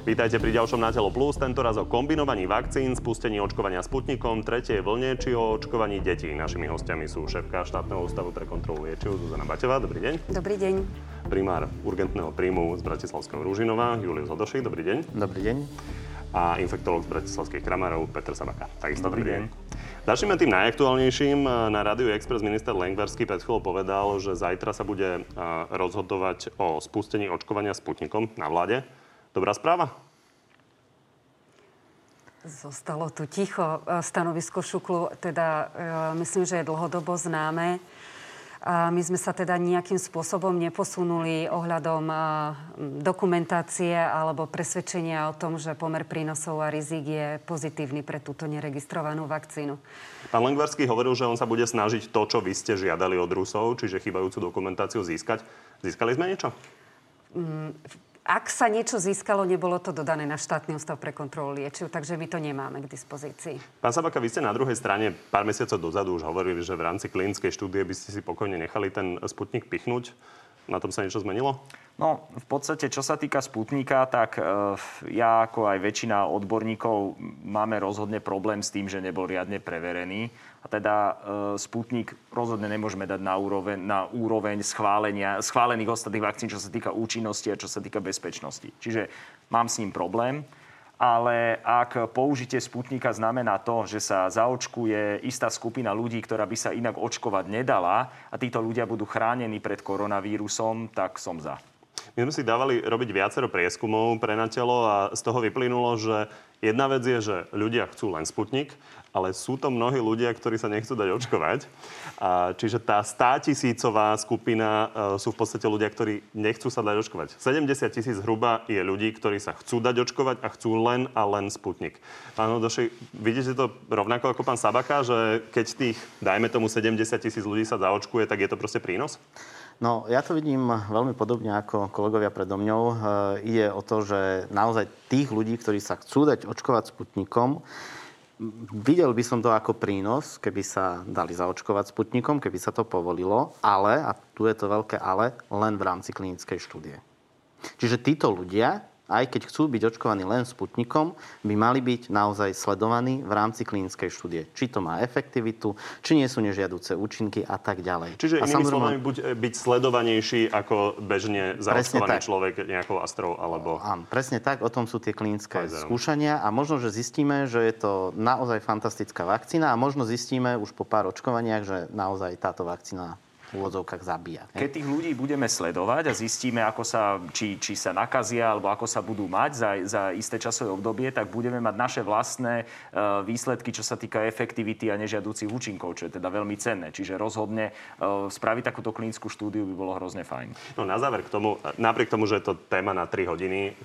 Vítajte pri ďalšom Na telo plus, tentoraz o kombinovaní vakcín, spustení očkovania Sputnikom, tretej vlne či o očkovaní detí. Našimi hostiami sú šéfka štátneho ústavu pre kontrolu liečiv Zuzana Baťová. Dobrý deň. Dobrý deň. Primár urgentného príjmu z Bratislavského Ružinova Julius Hodošík. Dobrý deň. Dobrý deň. A infektológ z Bratislavských Kramárov Petr Sabaka. Takisto dobrý deň. Začneme tým najaktuálnejším. Na Rádiu Express minister Lengvarský pred chvíľou povedal, že zajtra sa bude rozhodovať o spustení očkovania Sputnikom na vláde. Dobrá správa? Zostalo tu ticho. Stanovisko Šuklu teda myslím, že je dlhodobo známe. My sme sa teda nejakým spôsobom neposunuli ohľadom dokumentácie alebo presvedčenia o tom, že pomer prínosov a rizik je pozitívny pre túto neregistrovanú vakcínu. Pán Lengvarský hovoril, že on sa bude snažiť to, čo vy ste žiadali od Rusov, čiže chýbajúcu dokumentáciu získať. Získali sme niečo? Ak sa niečo získalo, nebolo to dodané na štátny ústav pre kontrolu liečiv, takže my to nemáme k dispozícii. Pán Sabaka, vy ste na druhej strane pár mesiacov dozadu už hovorili, že v rámci klinickej štúdie by ste si pokojne nechali ten Sputnik pichnúť. Na tom sa niečo zmenilo? No, v podstate, čo sa týka Sputnika, tak ja ako aj väčšina odborníkov máme rozhodne problém s tým, že nebol riadne preverený. A teda Sputnik rozhodne nemôžeme dať na úroveň schválených ostatných vakcín, čo sa týka účinnosti a čo sa týka bezpečnosti. Čiže mám s ním problém. Ale ak použitie Sputnika znamená to, že sa zaočkuje istá skupina ľudí, ktorá by sa inak očkovať nedala a títo ľudia budú chránení pred koronavírusom, tak som za. My sme si dávali robiť viacero prieskumov pre Na telo a z toho vyplynulo, že jedna vec je, že ľudia chcú len Sputnik, ale sú to mnohí ľudia, ktorí sa nechcú dať očkovať. Čiže tá 100 000 skupina sú v podstate ľudia, ktorí nechcú sa dať očkovať. 70 000 zhruba je ľudí, ktorí sa chcú dať očkovať a chcú len a len Sputnik. Pán Hodošík, vidíte to rovnako ako pán Sabaka, že keď tých, dajme tomu 70 000 ľudí sa zaočkuje, tak je to proste prínos? No, ja to vidím veľmi podobne ako kolegovia predo mňou. Ide o to, že naozaj tých ľudí, ktorí sa chcú dať očkovať Sputnikom, videl by som to ako prínos, keby sa dali zaočkovať Sputnikom, keby sa to povolilo, ale, a tu je to veľké ale, len v rámci klinickej štúdie. Čiže títo ľudia, aj keď chcú byť očkovaní len Sputnikom, by mali byť naozaj sledovaní v rámci klinickej štúdie. Či to má efektivitu, či nie sú nežiaduce účinky a tak ďalej. Čiže inými slovami byť sledovanejší ako bežne zaočkovaný človek nejakou Astrou alebo... Áno, presne tak. O tom sú tie klinické skúšania a možno, že zistíme, že je to naozaj fantastická vakcína a možno zistíme už po pár očkovaniach, že naozaj táto vakcína v úvodzovkách zabíja. Keď tých ľudí budeme sledovať a zistíme, ako sa, či sa nakazia alebo ako sa budú mať za isté časové obdobie, tak budeme mať naše vlastné výsledky, čo sa týka efektivity a nežiaducich účinkov, čo je teda veľmi cenné. Čiže rozhodne spraviť takúto klinickú štúdiu by bolo hrozne fajn. No na záver k tomu, napriek tomu, že je to téma na 3 hodiny,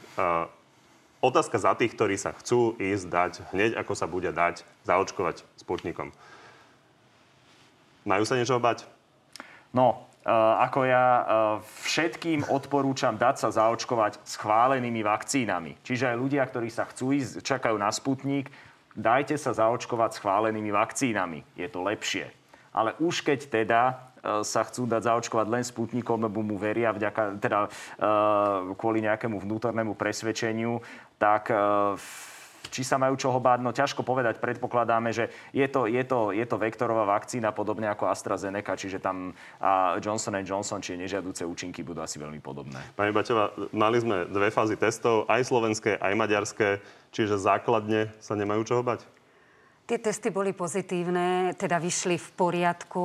otázka za tých, ktorí sa chcú ísť dať hneď, ako sa bude dať zaočkovať Sputnikom. Majú sa niečo bať? No, ako ja všetkým odporúčam dať sa zaočkovať schválenými vakcínami. Čiže aj ľudia, ktorí sa chcú ísť, čakajú na Sputnik, dajte sa zaočkovať schválenými vakcínami. Je to lepšie. Ale už keď teda sa chcú dať zaočkovať len Sputnikom, lebo mu veria kvôli nejakému vnútornému presvedčeniu, tak či sa majú čoho báť, no ťažko povedať. Predpokladáme, že je to vektorová vakcína, podobne ako AstraZeneca, čiže tam Johnson & Johnson, čiže nežiaduce účinky budú asi veľmi podobné. Pani Baťová, mali sme 2 fázy testov, aj slovenské, aj maďarské, čiže základne sa nemajú čoho bať? Tie testy boli pozitívne, teda vyšli v poriadku.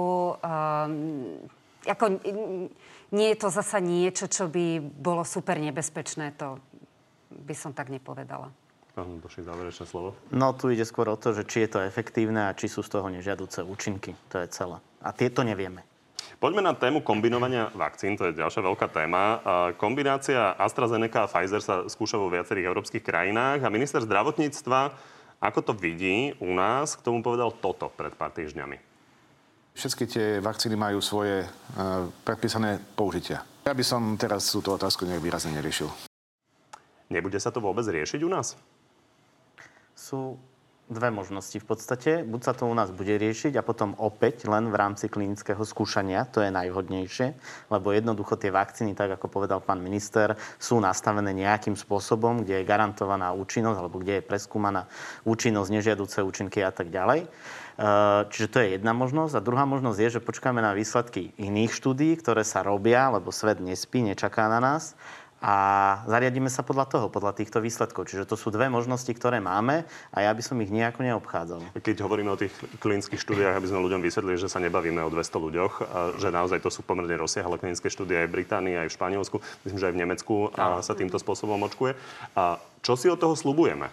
Nie je to zasa niečo, čo by bolo super nebezpečné, to by som tak nepovedala. Pán Hodošík, záverečné slovo. No, tu ide skôr o to, že či je to efektívne a či sú z toho nežiaduce účinky. To je celé. A tieto nevieme. Poďme na tému kombinovania vakcín, to je ďalšia veľká téma. Kombinácia AstraZeneca a Pfizer sa skúša vo viacerých európskych krajinách a minister zdravotníctva, ako to vidí u nás, k tomu povedal toto pred pár týždňami. Všetky tie vakcíny majú svoje predpísané použitia. Ja by som teraz túto otázku nejak výrazne neriešil. Nebude sa to vôbec riešiť u nás? Sú Dve možnosti v podstate. Buď sa to u nás bude riešiť a potom opäť len v rámci klinického skúšania. To je najvhodnejšie, lebo jednoducho tie vakcíny, tak ako povedal pán minister, sú nastavené nejakým spôsobom, kde je garantovaná účinnosť alebo kde je preskúmaná účinnosť, nežiaduce účinky a tak ďalej. Čiže to je jedna možnosť. A druhá možnosť je, že počkáme na výsledky iných štúdií, ktoré sa robia, lebo svet nespí, nečaká na nás. A zariadíme sa podľa týchto výsledkov. Čiže to sú dve možnosti, ktoré máme a ja by som ich nejako neobchádzal. Keď hovoríme o tých klinických štúdiách, aby sme ľuďom vysvetlili, že sa nebavíme o 200 ľuďoch, a že naozaj to sú pomerne rozsiahle klinické štúdie aj v Británii, aj v Španielsku, myslím, že aj v Nemecku sa týmto spôsobom očkuje. A čo si od toho sľubujeme?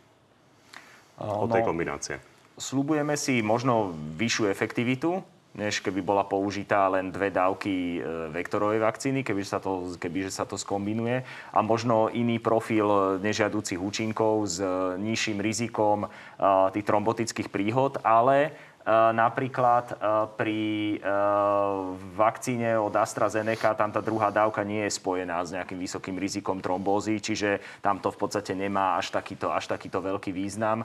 Od tej kombinácie? Sľubujeme si možno vyššiu efektivitu, než keby bola použitá len 2 dávky vektorovej vakcíny, kebyže sa to skombinuje. A možno iný profil nežiaducich účinkov s nižším rizikom tých trombotických príhod, ale napríklad pri vakcíne od AstraZeneca tam tá druhá dávka nie je spojená s nejakým vysokým rizikom trombózy, čiže tam to v podstate nemá až takýto veľký význam.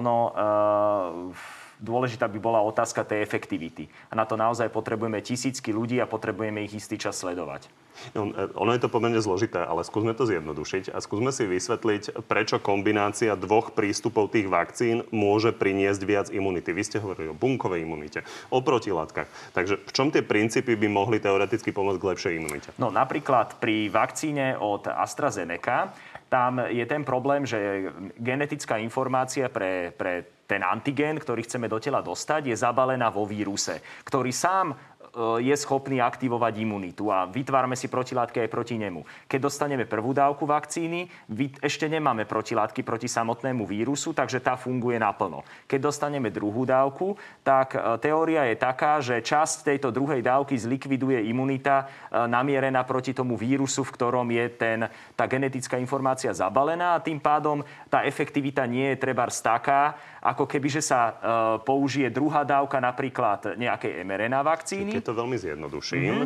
Dôležitá by bola otázka tej efektivity. A na to naozaj potrebujeme tisícky ľudí a potrebujeme ich istý čas sledovať. Ono je to pomerne zložité, ale skúsme to zjednodušiť a skúsme si vysvetliť, prečo kombinácia 2 prístupov tých vakcín môže priniesť viac imunity. Vy ste hovorili o bunkovej imunite, o protilátkach. Takže v čom tie princípy by mohli teoreticky pomôcť k lepšej imunite? No napríklad pri vakcíne od AstraZeneca tam je ten problém, že genetická informácia pre ten antigén, ktorý chceme do tela dostať, je zabalená vo víruse, ktorý sám je schopný aktivovať imunitu a vytvárame si protilátky aj proti nemu. Keď dostaneme prvú dávku vakcíny, ešte nemáme protilátky proti samotnému vírusu, takže tá funguje naplno. Keď dostaneme druhú dávku, tak teória je taká, že časť tejto druhej dávky zlikviduje imunita namierená proti tomu vírusu, v ktorom je tá genetická informácia zabalená a tým pádom tá efektivita nie je trebárs taká, ako kebyže sa použije druhá dávka napríklad nejakej mRNA vakcíny. Keď to veľmi zjednoduším,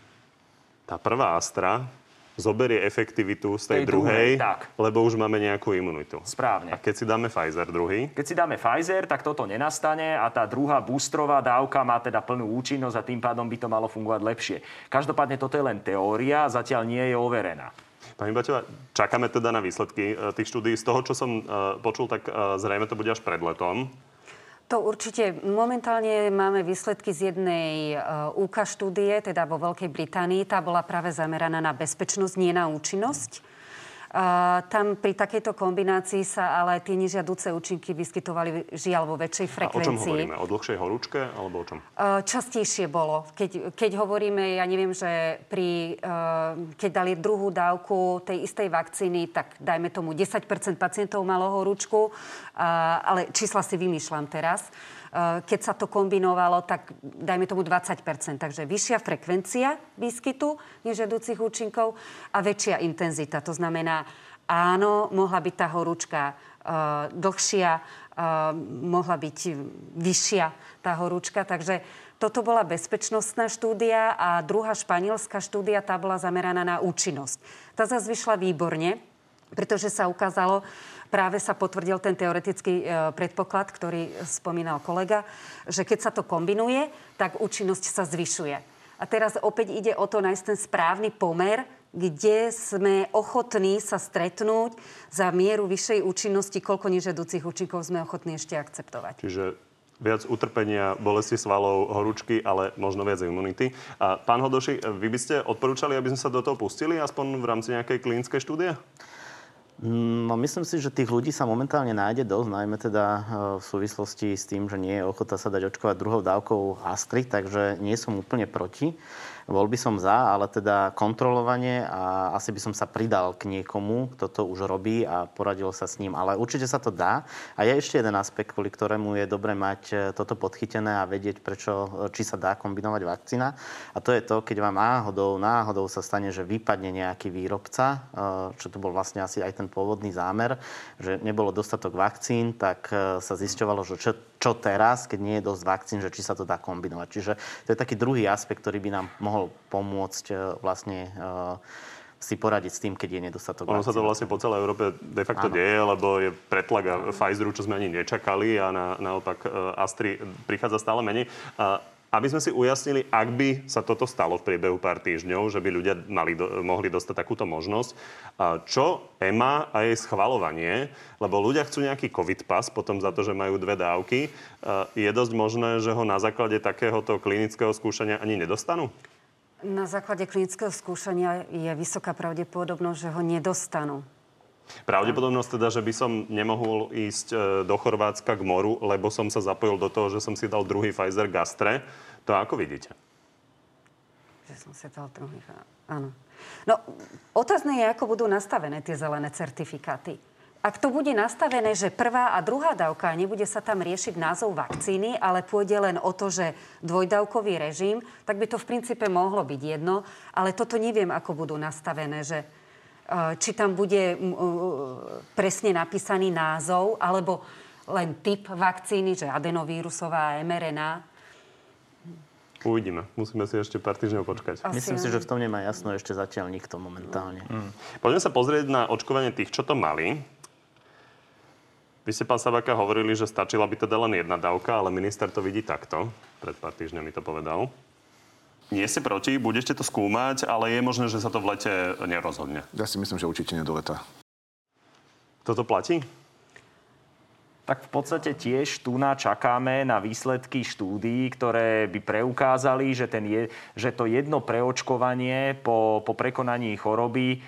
tá prvá Astra zoberie efektivitu z tej druhej, lebo už máme nejakú imunitu. Správne. A keď si dáme Pfizer druhý? Keď si dáme Pfizer, tak toto nenastane a tá druhá boostrová dávka má teda plnú účinnosť a tým pádom by to malo fungovať lepšie. Každopádne toto je len teória, zatiaľ nie je overená. Pani Baťová, čakáme teda na výsledky tých štúdií. Z toho, čo som počul, tak zrejme to bude až pred letom. To určite. Momentálne máme výsledky z jednej UK štúdie, teda vo Veľkej Británii. Tá bola práve zameraná na bezpečnosť, nie na účinnosť. Tam pri takejto kombinácii sa ale tie nežiaduce účinky vyskytovali žiaľ vo väčšej frekvencii. A o čom hovoríme? O dlhšej horúčke alebo o čom? Častejšie bolo. Keď hovoríme, ja neviem, že keď dali druhú dávku tej istej vakcíny, tak dajme tomu 10% pacientov malo horúčku, ale čísla si vymýšľam teraz. Keď sa to kombinovalo, tak dajme tomu 20%. Takže vyššia frekvencia výskytu nežiaducich účinkov a väčšia intenzita. To znamená, áno, mohla byť tá horúčka dlhšia, mohla byť vyššia tá horúčka. Takže toto bola bezpečnostná štúdia a druhá španielská štúdia, tá bola zameraná na účinnosť. Tá zase vyšla výborne, pretože sa ukázalo, práve sa potvrdil ten teoretický predpoklad, ktorý spomínal kolega, že keď sa to kombinuje, tak účinnosť sa zvyšuje. A teraz opäť ide o to nájsť ten správny pomer, kde sme ochotní sa stretnúť za mieru vyššej účinnosti, koľko nežiaducich účinkov sme ochotní ešte akceptovať. Čiže viac utrpenia, bolesti svalov, horúčky, ale možno viac imunity. A pán Hodoši, vy by ste odporúčali, aby sme sa do toho pustili, aspoň v rámci nejakej klinickej štúdie? No, myslím si, že tých ľudí sa momentálne nájde dosť, najmä teda v súvislosti s tým, že nie je ochota sa dať očkovať druhou dávkou Astry, takže nie som úplne proti. Bol by som za, ale teda kontrolovanie a asi by som sa pridal k niekomu, kto to už robí a poradil sa s ním. Ale určite sa to dá. A je ešte jeden aspekt, kvôli ktorému je dobre mať toto podchytené a vedieť, či sa dá kombinovať vakcína. A to je to, keď vám náhodou sa stane, že vypadne nejaký výrobca, čo to bol vlastne asi aj ten pôvodný zámer, že nebolo dostatok vakcín, tak sa zisťovalo, že čo teraz, keď nie je dosť vakcín, že či sa to dá kombinovať. Čiže to je taký druhý aspekt, ktorý by nám mohol pomôcť vlastne si poradiť s tým, keď je nedostatok Ono sa to vlastne po celej Európe de facto deje, lebo je pretlak Pfizeru, čo sme ani nečakali a naopak Astry prichádza stále menej. Aby sme si ujasnili, ak by sa toto stalo v priebehu pár týždňov, že by ľudia mohli dostať takúto možnosť, čo EMA a jej schvaľovanie, lebo ľudia chcú nejaký COVID pas potom za to, že majú 2 dávky, je dosť možné, že ho na základe takéhoto klinického skúšania ani nedostanú? Na základe klinického skúšania je vysoká pravdepodobnosť, že ho nedostanú. Pravdepodobnosť teda, že by som nemohol ísť do Chorvátska k moru, lebo som sa zapojil do toho, že som si dal druhý Pfizer Gastre. To ako vidíte? Že som si dal druhý... Áno. No, otázne je, ako budú nastavené tie zelené certifikáty. Ak to bude nastavené, že prvá a druhá dávka, nebude sa tam riešiť názov vakcíny, ale pôjde len o to, že dvojdávkový režim, tak by to v princípe mohlo byť jedno. Ale toto neviem, ako budú nastavené, že či tam bude presne napísaný názov, alebo len typ vakcíny, že adenovírusová a mRNA. Uvidíme. Musíme si ešte pár týždňov počkať. Myslím si, že v tom nemá jasno ešte zatiaľ nikto momentálne. Poďme sa pozrieť na očkovanie tých, čo to mali. Vy ste, pán Sabaka, hovorili, že stačila by teda len 1 dávka, ale minister to vidí takto. Pred pár týždňami to povedal. Nie ste proti, budete to skúmať, ale je možné, že sa to v lete nerozhodne. Ja si myslím, že určite nie do leta. Toto platí? Tak v podstate tiež tu čakáme na výsledky štúdií, ktoré by preukázali, že to jedno preočkovanie po prekonaní choroby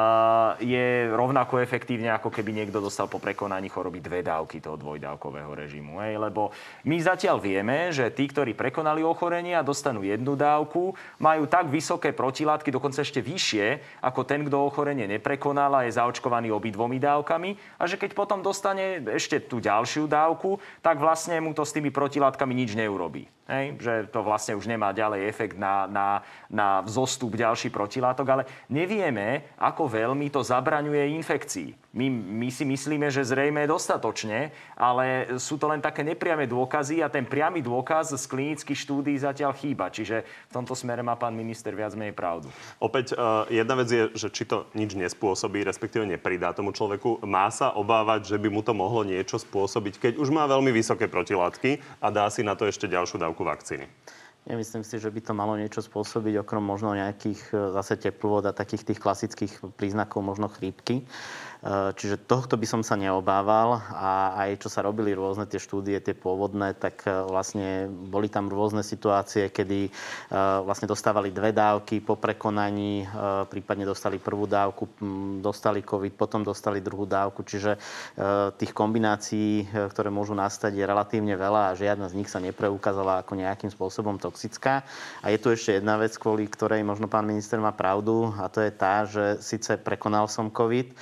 je rovnako efektívne, ako keby niekto dostal po prekonaní choroby 2 dávky toho dvojdávkového režimu. Lebo my zatiaľ vieme, že tí, ktorí prekonali ochorenie a dostanú 1 dávku, majú tak vysoké protilátky, dokonca ešte vyššie, ako ten, kto ochorenie neprekonal a je zaočkovaný obidvomi dávkami. A že keď potom dostane ešte tú ďalšiu dávku, tak vlastne mu to s tými protilátkami nič neurobí. Že to vlastne už nemá ďalej efekt na vzostup ďalší protilátok, ale nevieme, ako veľmi to zabraňuje infekcii. My si myslíme, že zrejme dostatočne, ale sú to len také nepriame dôkazy a ten priamy dôkaz z klinických štúdií zatiaľ chýba. Čiže v tomto smere má pán minister viac menej pravdu. Opäť jedna vec je, že či to nič nespôsobí, respektíve nepridá tomu človeku. Má sa obávať, že by mu to mohlo niečo spôsobiť, keď už má veľmi vysoké protilátky a dá si na to ešte ďalšiu dávku vakcíny. Nemyslím si, že by to malo niečo spôsobiť, okrem možno nejakých zase teplôt a takých tých klasických príznakov, možno chrípky. Čiže tohto by som sa neobával a aj čo sa robili rôzne tie štúdie, tie pôvodné, tak vlastne boli tam rôzne situácie, kedy vlastne dostávali 2 dávky po prekonaní, prípadne dostali prvú dávku, dostali COVID, potom dostali druhú dávku. Čiže tých kombinácií, ktoré môžu nastať, je relatívne veľa a žiadna z nich sa nepreukázala ako nejakým spôsobom toxická. A je tu ešte jedna vec, kvôli ktorej možno pán minister má pravdu, a to je tá, že síce prekonal som COVID,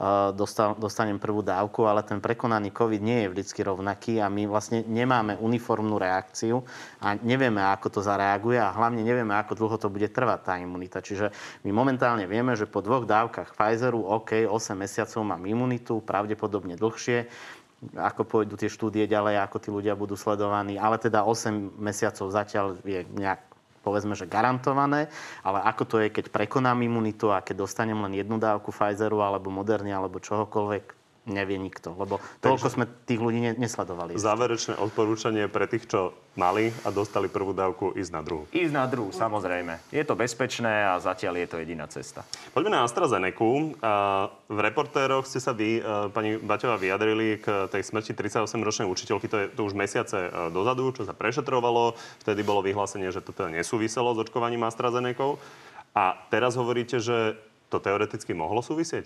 dostanem prvú dávku, ale ten prekonaný COVID nie je vždycky rovnaký a my vlastne nemáme uniformnú reakciu a nevieme, ako to zareaguje a hlavne nevieme, ako dlho to bude trvať tá imunita. Čiže my momentálne vieme, že po 2 dávkach Pfizeru, 8 mesiacov mám imunitu, pravdepodobne dlhšie, ako pôjdu tie štúdie ďalej, ako tí ľudia budú sledovaní, ale teda 8 mesiacov zatiaľ je nejak, povedzme, že garantované, ale ako to je, keď prekonám imunitu a keď dostanem len 1 dávku Pfizeru alebo Moderny alebo čohokoľvek, nevie nikto, lebo toľko sme tých ľudí nesledovali. Záverečné odporúčanie pre tých, čo mali a dostali prvú dávku, ísť na druhú. Ísť na druhú, samozrejme. Je to bezpečné a zatiaľ je to jediná cesta. Poďme na AstraZenecu. V Reportéroch ste sa vy, pani Baťová, vyjadrili k tej smrti 38-ročnej učiteľky. To je to už mesiace dozadu, čo sa prešetrovalo. Vtedy bolo vyhlásenie, že to teda nesúviselo s očkovaním AstraZenecou. A teraz hovoríte, že to teoreticky mohlo súvisieť?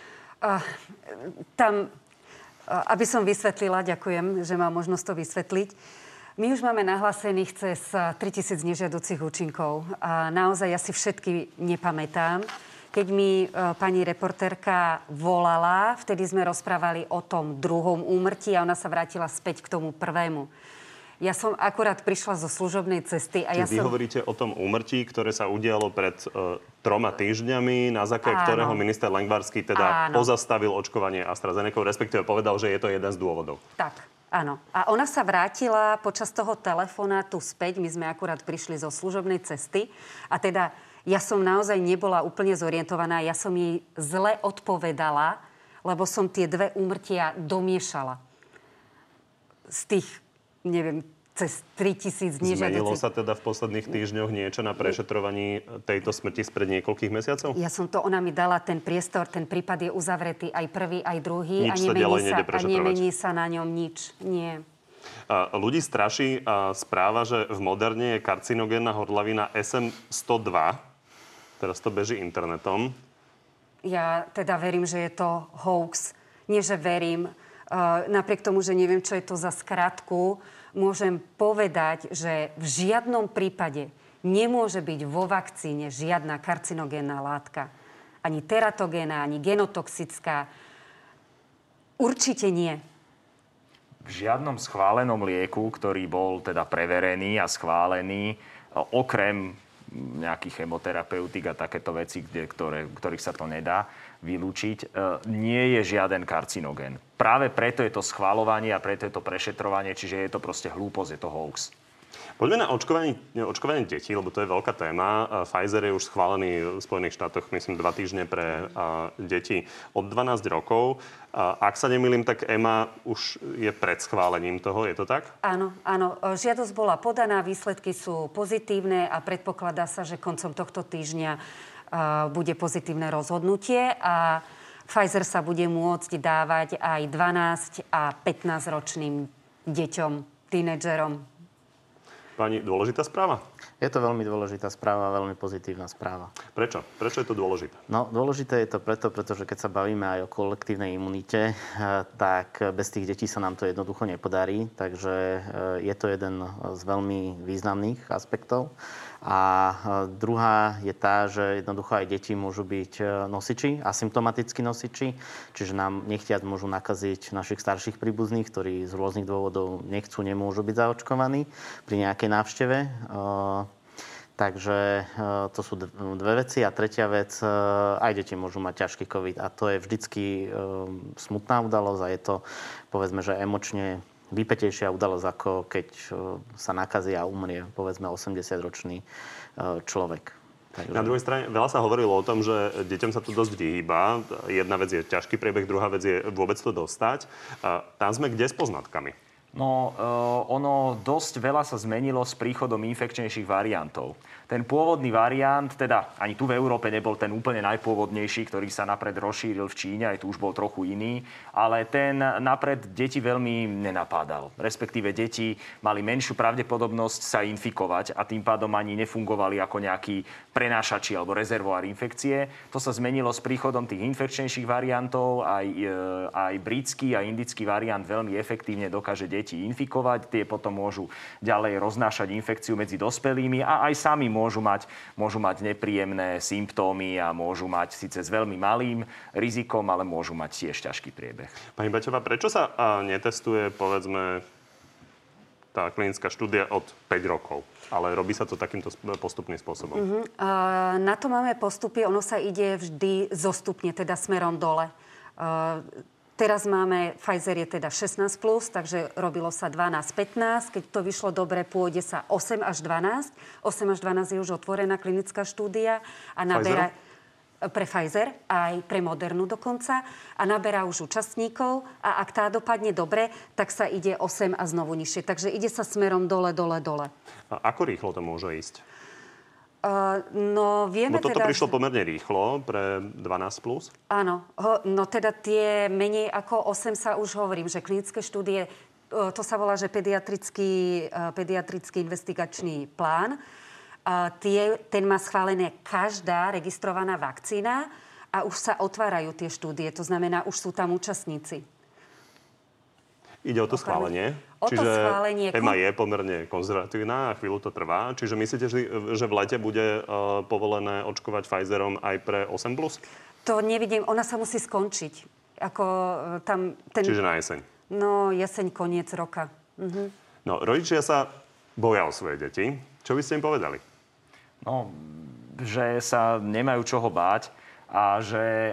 Aby som vysvetlila, ďakujem, že mám možnosť to vysvetliť. My už máme nahlásených cez 3000 nežiaducich účinkov. A naozaj ja si všetky nepamätám. Keď mi pani reportérka volala, vtedy sme rozprávali o tom druhom úmrtí a ona sa vrátila späť k tomu prvému. Ja som akurát prišla zo služobnej cesty a Vy hovoríte o tom úmrtí, ktoré sa udialo pred 3 týždňami, na základe ktorého minister Lengvarský teda pozastavil očkovanie AstraZenecou, respektíve povedal, že je to jeden z dôvodov. Tak, áno. A ona sa vrátila počas toho telefonátu späť. My sme akurát prišli zo služobnej cesty a teda Ja som naozaj nebola úplne zorientovaná. Ja som jej zle odpovedala, lebo som tie 2 úmrtia domiešala. Z tých, neviem, cez 3000 nežiaducich. Zmenilo sa teda v posledných týždňoch niečo na prešetrovaní tejto smrti spred niekoľkých mesiacov? Ona mi dala ten priestor, ten prípad je uzavretý, aj prvý, aj druhý. Nič sa ďalej nejde a prešetrovať. nemení sa na ňom nič. Nie. Ľudí straší správa, že v Moderne je karcinogénna horlavina SM-102. Teraz to beží internetom. Ja teda verím, že je to hoax. Nie, že verím. Napriek tomu, že neviem, čo je to za skratku, môžem povedať, že v žiadnom prípade nemôže byť vo vakcíne žiadna karcinogénna látka. Ani teratogénna, ani genotoxická. Určite nie. V žiadnom schválenom lieku, ktorý bol teda preverený a schválený, okrem nejakých chemoterapeutík a takéto veci, ktorých sa to nedá vylúčiť, nie je žiaden karcinogén. Práve preto je to schvaľovanie a preto je to prešetrovanie, čiže je to proste hlúposť, je to hoax. Poďme na očkovanie detí, lebo to je veľká téma. Pfizer je už schválený v Spojených štátoch, myslím, 2 týždne pre deti od 12 rokov. Ak sa nemýlim, tak EMA už je pred schválením toho, je to tak? Áno. Žiadosť bola podaná, výsledky sú pozitívne a predpokladá sa, že koncom tohto týždňa bude pozitívne rozhodnutie a Pfizer sa bude môcť dávať aj 12 a 15-ročným deťom, tínedžerom. Pani, dôležitá správa? Je to veľmi dôležitá správa, veľmi pozitívna správa. Prečo? Prečo je to dôležité? No, dôležité je to pretože keď sa bavíme aj o kolektívnej imunite, tak bez tých detí sa nám to jednoducho nepodarí. Takže je to jeden z veľmi významných aspektov. A druhá je tá, že jednoducho aj deti môžu byť nosiči, asymptomatickí nosiči, čiže nám nechtiac môžu nakaziť našich starších príbuzných, ktorí z rôznych dôvodov nechcú, nemôžu byť zaočkovaní pri nejakej návšteve. Takže to sú 2 veci. A tretia vec, aj deti môžu mať ťažký COVID. A to je vždycky smutná udalosť a je to, povedzme, že emočne vypätejšia udalosť, ako keď sa nakazí a umrie, povedzme, 80-ročný človek. Takže... Na druhej strane, veľa sa hovorilo o tom, že deťom sa to dosť vyhýba. Jedna vec je ťažký priebeh, druhá vec je vôbec to dostať. Tam sme kde s poznatkami? No, ono dosť veľa sa zmenilo s príchodom infekčnejších variantov. Ten pôvodný variant, teda ani tu v Európe nebol ten úplne najpôvodnejší, ktorý sa napred rozšíril v Číne, aj tu už bol trochu iný, ale ten napred deti veľmi nenapádal. Respektíve deti mali menšiu pravdepodobnosť sa infikovať a tým pádom ani nefungovali ako nejaký prenášači alebo rezervoár infekcie. To sa zmenilo s príchodom tých infekčnejších variantov. Aj britský a indický variant veľmi efektívne dokáže deti infikovať. Tie potom môžu ďalej roznášať infekciu medzi dospelými a aj sami môžu mať nepríjemné symptómy a môžu mať síce s veľmi malým rizikom, ale môžu mať tiež ťažký priebeh. Pani Baťová, prečo sa netestuje, povedzme, tá klinická štúdia od 5 rokov? Ale robí sa to takýmto postupným spôsobom. Na to máme postupy. Ono sa ide vždy zostupne, teda smerom dole. Teraz máme, Pfizer je teda 16+, takže robilo sa 12-15. Keď to vyšlo dobre, pôjde sa 8 až 12. 8 až 12 je už otvorená klinická štúdia a naberá pre Pfizer, aj pre Modernu dokonca. A naberá už účastníkov a ak tá dopadne dobre, tak sa ide 8 a znovu nižšie. Takže ide sa smerom dole. A ako rýchlo to môže ísť? No, vieme toto teda, prišlo pomerne rýchlo pre 12+. Áno. No teda tie menej ako 8 sa už hovorím, že klinické štúdie, to sa volá, že pediatrický investigačný plán. Ten má schválené každá registrovaná vakcína a už sa otvárajú tie štúdie. To znamená, už sú tam účastníci. Ide o to schválenie. Čiže EMA je pomerne konzervatívna a chvíľu to trvá. Čiže myslíte, že v lete bude povolené očkovať Pfizerom aj pre 8+? To nevidím. Ona sa musí skončiť. Čiže na jeseň? No, jeseň, koniec roka. No, rodičia sa boja o svoje deti. Čo by ste im povedali? No, že sa nemajú čoho báť a že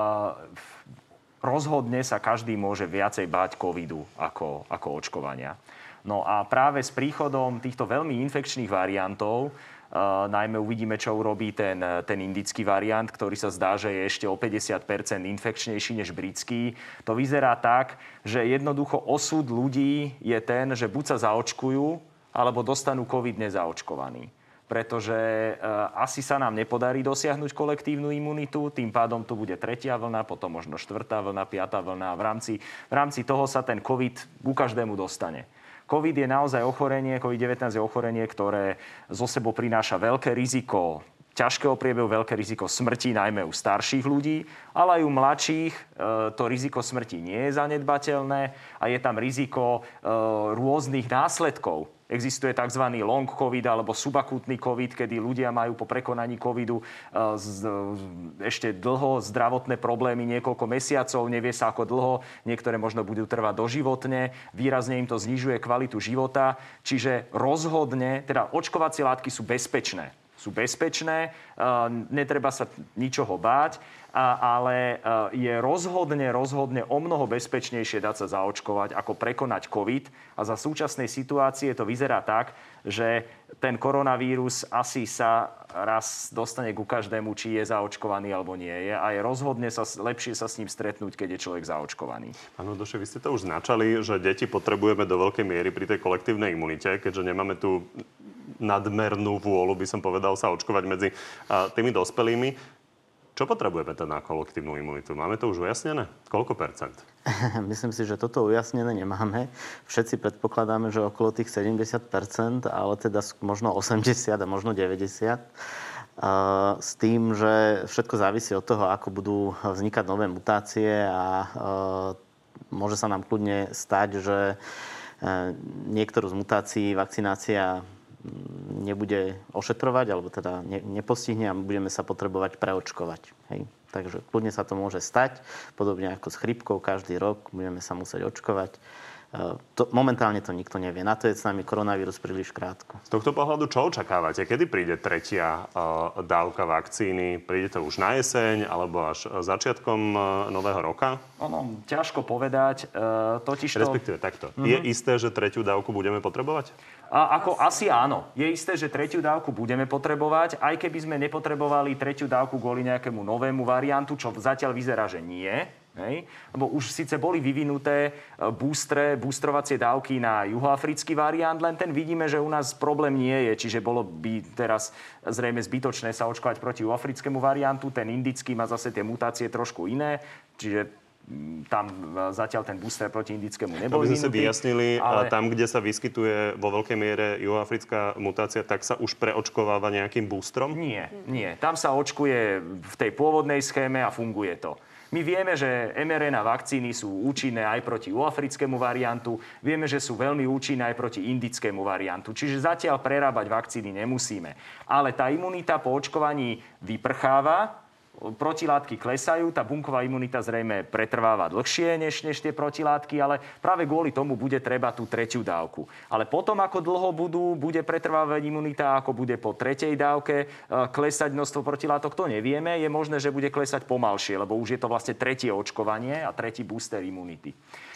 rozhodne sa každý môže viacej báť covidu ako očkovania. No a práve s príchodom týchto veľmi infekčných variantov Najmä uvidíme, čo urobí ten indický variant, ktorý sa zdá, že je ešte o 50% infekčnejší než britský. To vyzerá tak, že jednoducho osud ľudí je ten, že buď sa zaočkujú, alebo dostanú COVID nezaočkovaní. Pretože asi sa nám nepodarí dosiahnuť kolektívnu imunitu, tým pádom tu bude 3. vlna, potom možno 4. vlna, 5. vlna. V rámci toho sa ten COVID ku každému dostane. COVID je naozaj ochorenie, COVID-19 je ochorenie, ktoré zo sebou prináša veľké riziko ťažkého priebehu, veľké riziko smrti, najmä u starších ľudí, ale aj u mladších to riziko smrti nie je zanedbateľné a je tam riziko rôznych následkov. Existuje tzv. Long COVID alebo subakútny COVID, kedy ľudia majú po prekonaní covidu ešte dlho zdravotné problémy, niekoľko mesiacov, nevie sa ako dlho, niektoré možno budú trvať doživotne, výrazne im to znižuje kvalitu života, čiže rozhodne, teda očkovacie látky sú bezpečné. Netreba sa ničoho báť, ale je rozhodne o mnoho bezpečnejšie dať sa zaočkovať, ako prekonať COVID. A za súčasnej situácie to vyzerá tak, že ten koronavírus asi sa raz dostane ku každému, či je zaočkovaný alebo nie je. A je rozhodne lepšie sa s ním stretnúť, keď je človek zaočkovaný. Pán Hodoš, vy ste to už značali, že deti potrebujeme do veľkej miery pri tej kolektívnej imunite, keďže nemáme tu nadmernú vôľu, by som povedal, sa očkovať medzi tými dospelými. Čo potrebujeme teda na kolektívnu imunitu? Máme to už ujasnené? Koľko percent? Myslím si, že toto ujasnené nemáme. Všetci predpokladáme, že okolo tých 70%, ale teda možno 80 a možno 90%. S tým, že všetko závisí od toho, ako budú vznikať nové mutácie a môže sa nám kľudne stať, že niektorú z mutácií vakcinácia nebude ošetrovať, alebo teda nepostihne a budeme sa potrebovať preočkovať. Hej. Takže kľudne sa to môže stať, podobne ako s chrípkou každý rok budeme sa musieť očkovať. Momentálne to nikto nevie. Na to je s nami koronavírus príliš krátko. Z tohto pohľadu čo očakávate? Kedy príde 3. dávka vakcíny? Príde to už na jeseň alebo až začiatkom nového roka? Ťažko povedať. Respektíve takto. Je isté, že 3. dávku budeme potrebovať? Asi áno. Je isté, že 3. dávku budeme potrebovať, aj keby sme nepotrebovali 3. dávku kvôli nejakému novému variantu, čo zatiaľ vyzerá, že nie. Hej? Lebo už síce boli vyvinuté boostrovacie dávky na juhoafrický variant, len ten vidíme, že u nás problém nie je. Čiže bolo by teraz zrejme zbytočné sa očkovať proti juhoafrickému variantu. Ten indický má zase tie mutácie trošku iné. Čiže tam zatiaľ ten booster proti indickému nebol vyvinutý. To by sme si vyjasnili, ale tam, kde sa vyskytuje vo veľkej miere juhoafrická mutácia, tak sa už preočkováva nejakým boostrom? Nie. Tam sa očkuje v tej pôvodnej schéme a funguje to. My vieme, že mRNA vakcíny sú účinné aj proti juhoafrickému variantu. Vieme, že sú veľmi účinné aj proti indickému variantu. Čiže zatiaľ prerábať vakcíny nemusíme. Ale tá imunita po očkovaní vyprcháva, protilátky klesajú, tá bunková imunita zrejme pretrváva dlhšie než tie protilátky, ale práve kvôli tomu bude treba tú 3. dávku. Ale potom, ako dlho bude pretrvávať imunita, ako bude po 3. dávke klesať množstvo protilátok, to nevieme. Je možné, že bude klesať pomalšie, lebo už je to vlastne 3. očkovanie a 3. booster imunity.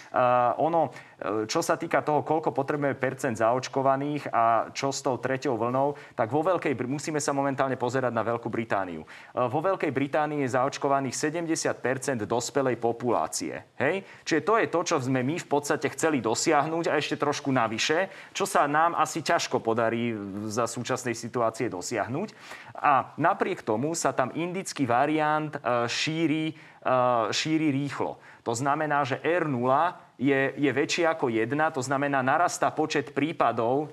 Čo sa týka toho, koľko potrebujeme percent zaočkovaných a čo s tou 3. vlnou, tak musíme sa momentálne pozerať na Veľkú Britániu. Vo Veľkej Británii je zaočkovaných 70% dospelej populácie. Hej? Čiže to je to, čo sme my v podstate chceli dosiahnuť a ešte trošku navyše, čo sa nám asi ťažko podarí za súčasnej situácie dosiahnuť. A napriek tomu sa tam indický variant šíri rýchlo. To znamená, že R0 je väčšie ako 1, to znamená, narastá počet prípadov,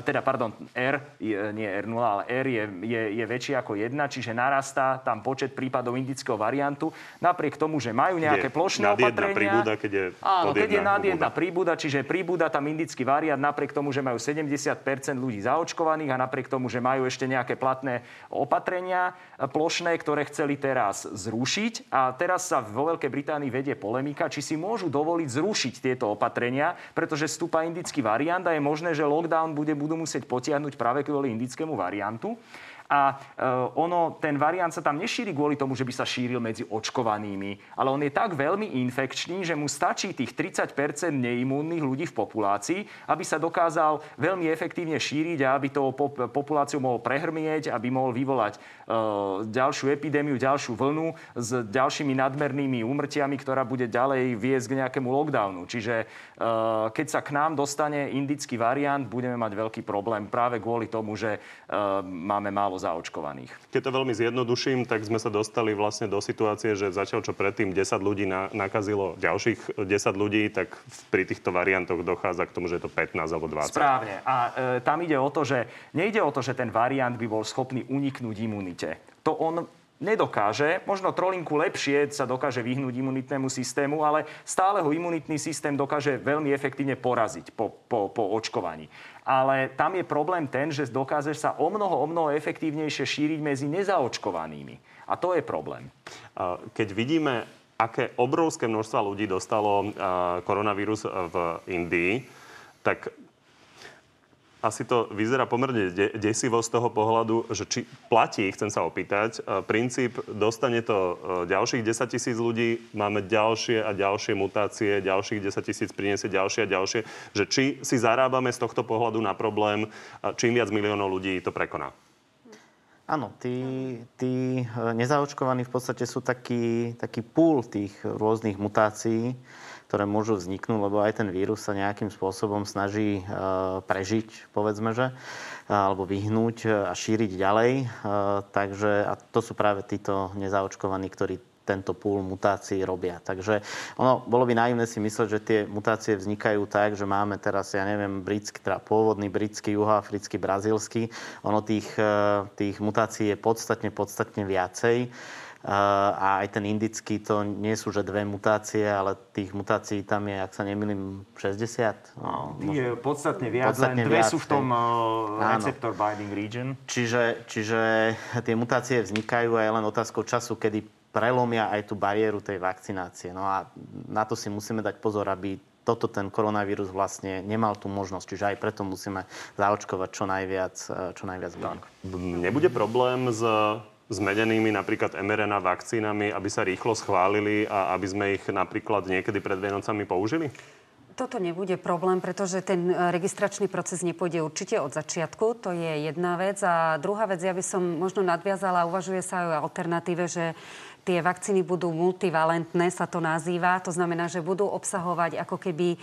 nie R0, ale R je väčšie ako 1, čiže narastá tam počet prípadov indického variantu. Napriek tomu, že majú nejaké plošné opatrenia. Keď je nad 1 príbuda, čiže príbuda tam indický variant, napriek tomu, že majú 70% ľudí zaočkovaných a napriek tomu, že majú ešte nejaké platné opatrenia plošné, ktoré chceli teraz zrušiť. A teraz sa vo Veľkej Británii vedie polemika, či si môžu dovoliť zrušiť tieto opatrenia, pretože vstúpa indický variant a je možné, že lockdown budú musieť potiahnuť práve kvôli indickému variantu. A ten variant sa tam nešíri kvôli tomu, že by sa šíril medzi očkovanými, ale on je tak veľmi infekčný, že mu stačí tých 30% neimúnnych ľudí v populácii, aby sa dokázal veľmi efektívne šíriť a aby to populáciu mohol prehrmieť, aby mohol vyvolať ďalšiu epidémiu, ďalšiu vlnu s ďalšími nadmernými úmrtiami, ktorá bude ďalej viesť k nejakému lockdownu. Čiže keď sa k nám dostane indický variant, budeme mať veľký problém práve kvôli tomu, že máme málo zaočkovaných. Keď to veľmi zjednoduším, tak sme sa dostali vlastne do situácie, že zatiaľ čo predtým 10 ľudí nakazilo ďalších 10 ľudí, tak pri týchto variantoch dochádza k tomu, že je to 15 alebo 20. Správne. A tam ide o to, že nejde o to, že ten variant by bol schopný uniknúť imunite. To on nedokáže. Možno trolinku lepšie sa dokáže vyhnúť imunitnému systému, ale stále ho imunitný systém dokáže veľmi efektívne poraziť po očkovaní. Ale tam je problém ten, že dokáže sa o mnoho efektívnejšie šíriť medzi nezaočkovanými. A to je problém. Keď vidíme, aké obrovské množstva ľudí dostalo koronavírus v Indii, tak asi to vyzerá pomerne desivo z toho pohľadu, že či platí, chcem sa opýtať, princíp dostane to ďalších 10 000 ľudí, máme ďalšie a ďalšie mutácie, ďalších 10 000 priniesie ďalšie a ďalšie, že či si zarábame z tohto pohľadu na problém, čím viac miliónov ľudí to prekoná. Áno, tí nezaočkovaní v podstate sú taký pool tých rôznych mutácií, ktoré môžu vzniknúť, lebo aj ten vírus sa nejakým spôsobom snaží prežiť, povedzme, že, alebo vyhnúť a šíriť ďalej. Takže a to sú práve títo nezaočkovaní, ktorí tento pool mutácií robia. Takže bolo by naivné si mysleť, že tie mutácie vznikajú tak, že máme teraz, pôvodný britský, juhoafrický, brazílsky. Tých mutácií je podstatne viacej. A aj ten indický, to nie sú že 2 mutácie, ale tých mutácií tam je, ak sa nemýlim, 60. Je podstatne viac, len 2 sú v tom receptor binding region. Čiže tie mutácie vznikajú a je len otázkou času, kedy prelomia aj tú bariéru tej vakcinácie. No a na to si musíme dať pozor, aby ten koronavírus vlastne nemal tú možnosť. Čiže aj preto musíme zaočkovať čo najviac ľudí. Nebude problém s zmenenými napríklad mRNA vakcínami, aby sa rýchlo schválili a aby sme ich napríklad niekedy pred Vianocami použili? Toto nebude problém, pretože ten registračný proces nepôjde určite od začiatku. To je jedna vec. A druhá vec, ja by som možno nadviazala, uvažuje sa aj o alternatíve, že tie vakcíny budú multivalentné, sa to nazýva. To znamená, že budú obsahovať ako keby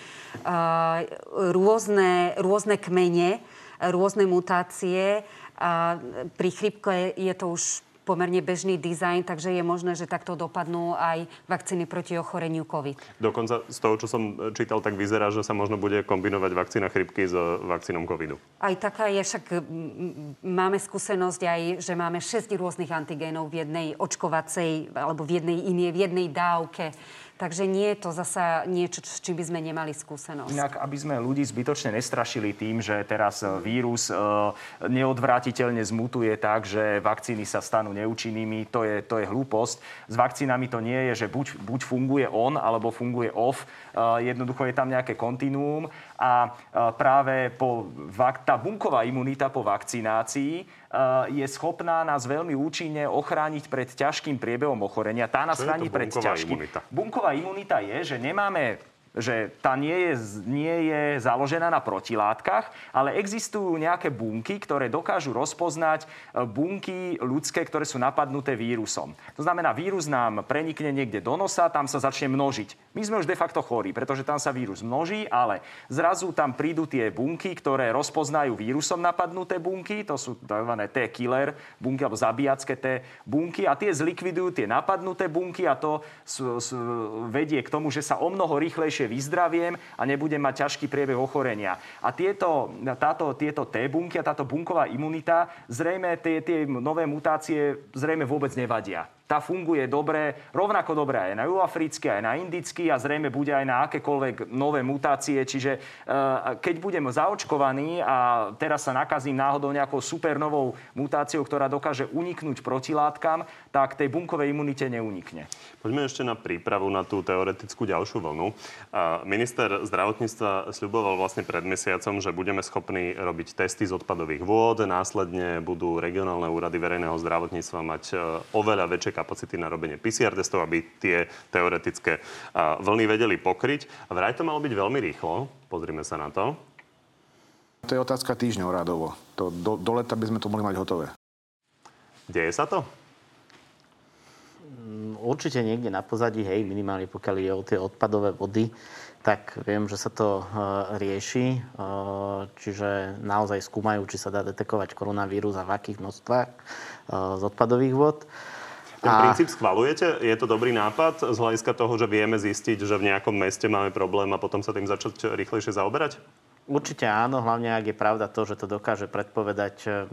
rôzne kmene, rôzne mutácie. A pri chrípke je to už pomerne bežný dizajn, takže je možné, že takto dopadnú aj vakcíny proti ochoreniu COVID. Dokonca z toho, čo som čítal, tak vyzerá, že sa možno bude kombinovať vakcína chrípky s vakcínom covidu. Aj taká je, však máme skúsenosť aj, že máme 6 rôznych antigénov v jednej očkovacej, alebo v jednej dávke. Takže nie je to zasa niečo, s čím by sme nemali skúsenosť. Inak, aby sme ľudí zbytočne nestrašili tým, že teraz vírus neodvrátiteľne zmutuje tak, že vakcíny sa stanú neúčinnými, to je hlúposť. S vakcínami to nie je, že buď funguje on, alebo funguje off. Jednoducho je tam nejaké kontinuum a práve tá bunková imunita po vakcinácii je schopná nás veľmi účinne ochrániť pred ťažkým priebehom ochorenia. Tá nás chráni pred ťažkým. Bunková imunita je, že tá nie je založená na protilátkach, ale existujú nejaké bunky, ktoré dokážu rozpoznať bunky ľudské, ktoré sú napadnuté vírusom. To znamená, vírus nám prenikne niekde do nosa, tam sa začne množiť. My sme už de facto chorí, pretože tam sa vírus množí, ale zrazu tam prídu tie bunky, ktoré rozpoznajú vírusom napadnuté bunky, to sú tzv. T-killer bunky, alebo zabíjacké T-bunky, a tie zlikvidujú tie napadnuté bunky a to vedie k tomu, že sa o mnoho rýchlejšie vyzdraviem a nebudem mať ťažký priebeh ochorenia. A tieto T-bunky a táto bunková imunita, zrejme tie nové mutácie zrejme vôbec nevadia. Tá funguje dobre, rovnako dobre aj na juhoafrický, aj na indický a zrejme bude aj na akékoľvek nové mutácie. Čiže keď budem zaočkovaný a teraz sa nakazím náhodou nejakou supernovou mutáciou, ktorá dokáže uniknúť protilátkam, tak tej bunkovej imunite neunikne. Poďme ešte na prípravu na tú teoretickú ďalšiu vlnu. Minister zdravotníctva sľuboval vlastne pred mesiacom, že budeme schopní robiť testy z odpadových vôd, následne budú regionálne úrady verejného zdravotníctva mať oveľa väčšie kapacity na robenie PCR testov, aby tie teoretické vlny vedeli pokryť. A vraj to malo byť veľmi rýchlo. Pozrime sa na to. To je otázka týždňov rádovo. Do leta by sme to mohli mať hotové. Deje sa to? Určite niekde na pozadí, hej, minimálne pokiaľ je o tie odpadové vody, tak viem, že sa to rieši. Čiže naozaj skúmajú, či sa dá detekovať koronavírus a v akých množstvách z odpadových vod. Ten princíp schvaľujete? Je to dobrý nápad z hľadiska toho, že vieme zistiť, že v nejakom meste máme problém a potom sa tým začať rýchlejšie zaoberať? Určite áno, hlavne ak je pravda to, že to dokáže predpovedať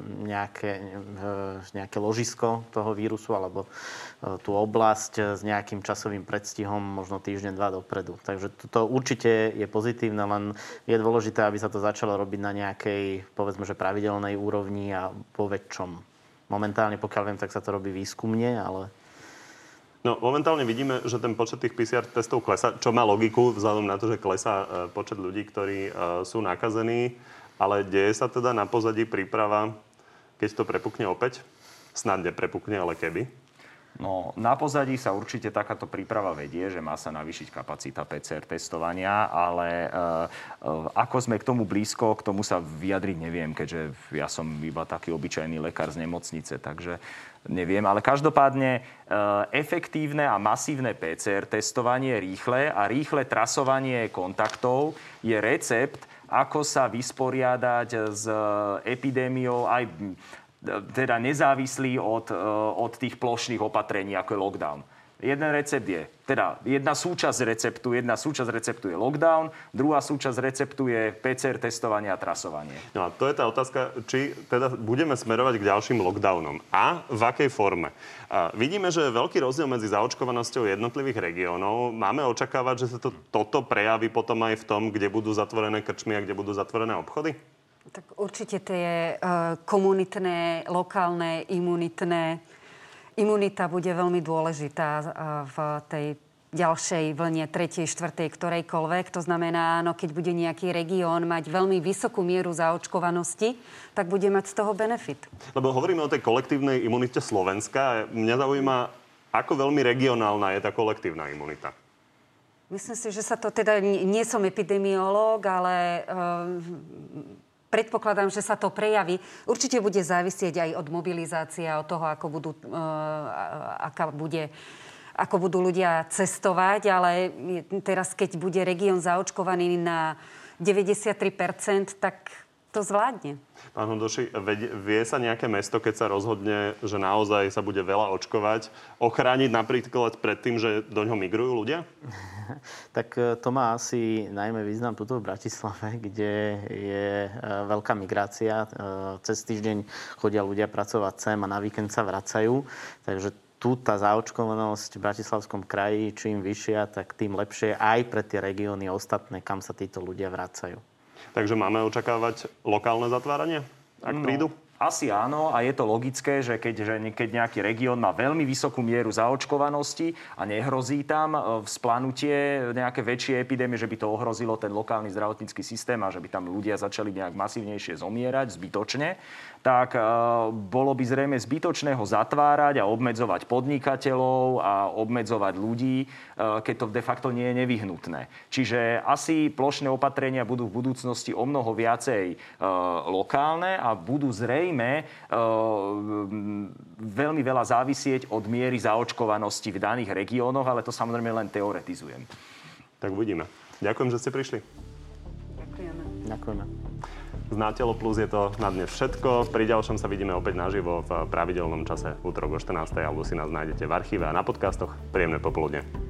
nejaké ložisko toho vírusu alebo tú oblasť s nejakým časovým predstihom, možno týždeň, 2 dopredu. Takže to určite je pozitívne, len je dôležité, aby sa to začalo robiť na nejakej, povedzme, že pravidelnej úrovni a po väčšom. Momentálne, pokiaľ viem, tak sa to robí výskumne, ale... No, momentálne vidíme, že ten počet tých PCR testov klesá, čo má logiku vzhľadom na to, že klesá počet ľudí, ktorí sú nakazení, ale deje sa teda na pozadí príprava, keď to prepukne opäť? Snad neprepukne, ale keby. No, na pozadí sa určite takáto príprava vedie, že má sa navýšiť kapacita PCR testovania, ale ako sme k tomu blízko, k tomu sa vyjadriť neviem, keďže ja som iba taký obyčajný lekár z nemocnice, takže neviem. Ale každopádne efektívne a masívne PCR testovanie, rýchle trasovanie kontaktov je recept, ako sa vysporiadať s epidémiou aj teda nezávislí od tých plošných opatrení, ako je lockdown. Jedna súčasť receptu je lockdown, druhá súčasť receptu je PCR testovanie a trasovanie. No a to je tá otázka, či teda budeme smerovať k ďalším lockdownom a v akej forme. Vidíme, že je veľký rozdiel medzi zaočkovanosťou jednotlivých regiónov. Máme očakávať, že sa toto prejaví potom aj v tom, kde budú zatvorené krčmy a kde budú zatvorené obchody? Tak určite tie komunitné, lokálne, imunita bude veľmi dôležitá v tej ďalšej vlne, 3., 4., ktorejkoľvek. To znamená, keď bude nejaký región mať veľmi vysokú mieru zaočkovanosti, tak bude mať z toho benefit. Lebo hovoríme o tej kolektívnej imunite Slovenska. Mňa zaujíma, ako veľmi regionálna je tá kolektívna imunita. Myslím si, že sa to teda... Nie som epidemiológ, ale... Predpokladám, že sa to prejaví. Určite bude závisieť aj od mobilizácie a od toho, ako budú ľudia cestovať. Ale teraz, keď bude región zaočkovaný na 93%, tak to zvládne. Pán Hondoši, vie sa nejaké mesto, keď sa rozhodne, že naozaj sa bude veľa očkovať, ochrániť napríklad pred tým, že do ňoho migrujú ľudia? Tak to má asi najmä význam tuto v Bratislave, kde je veľká migrácia. Cez týždeň chodia ľudia pracovať sem a na víkend sa vracajú. Takže tu tá zaočkovanosť v Bratislavskom kraji, čím vyššia, tak tým lepšie aj pre tie regióny ostatné, kam sa títo ľudia vracajú. Takže máme očakávať lokálne zatváranie, ak prídu? Asi áno a je to logické, že keď nejaký región má veľmi vysokú mieru zaočkovanosti a nehrozí tam vzplanutie nejaké väčšie epidémie, že by to ohrozilo ten lokálny zdravotnícky systém a že by tam ľudia začali nejak masívnejšie zomierať zbytočne, tak bolo by zrejme zbytočné ho zatvárať a obmedzovať podnikateľov a obmedzovať ľudí, keď to de facto nie je nevyhnutné. Čiže asi plošné opatrenia budú v budúcnosti o mnoho viacej lokálne a budú zrejme veľmi veľa závisieť od miery zaočkovanosti v daných regiónoch, ale to samozrejme len teoretizujem. Tak uvidíme. Ďakujem, že ste prišli. Ďakujeme. Z Na telo plus je to na dnes všetko. Pri ďalšom sa vidíme opäť naživo v pravidelnom čase v útorok o 14:00 alebo si nás nájdete v archíve a na podcastoch. Príjemné popoludne.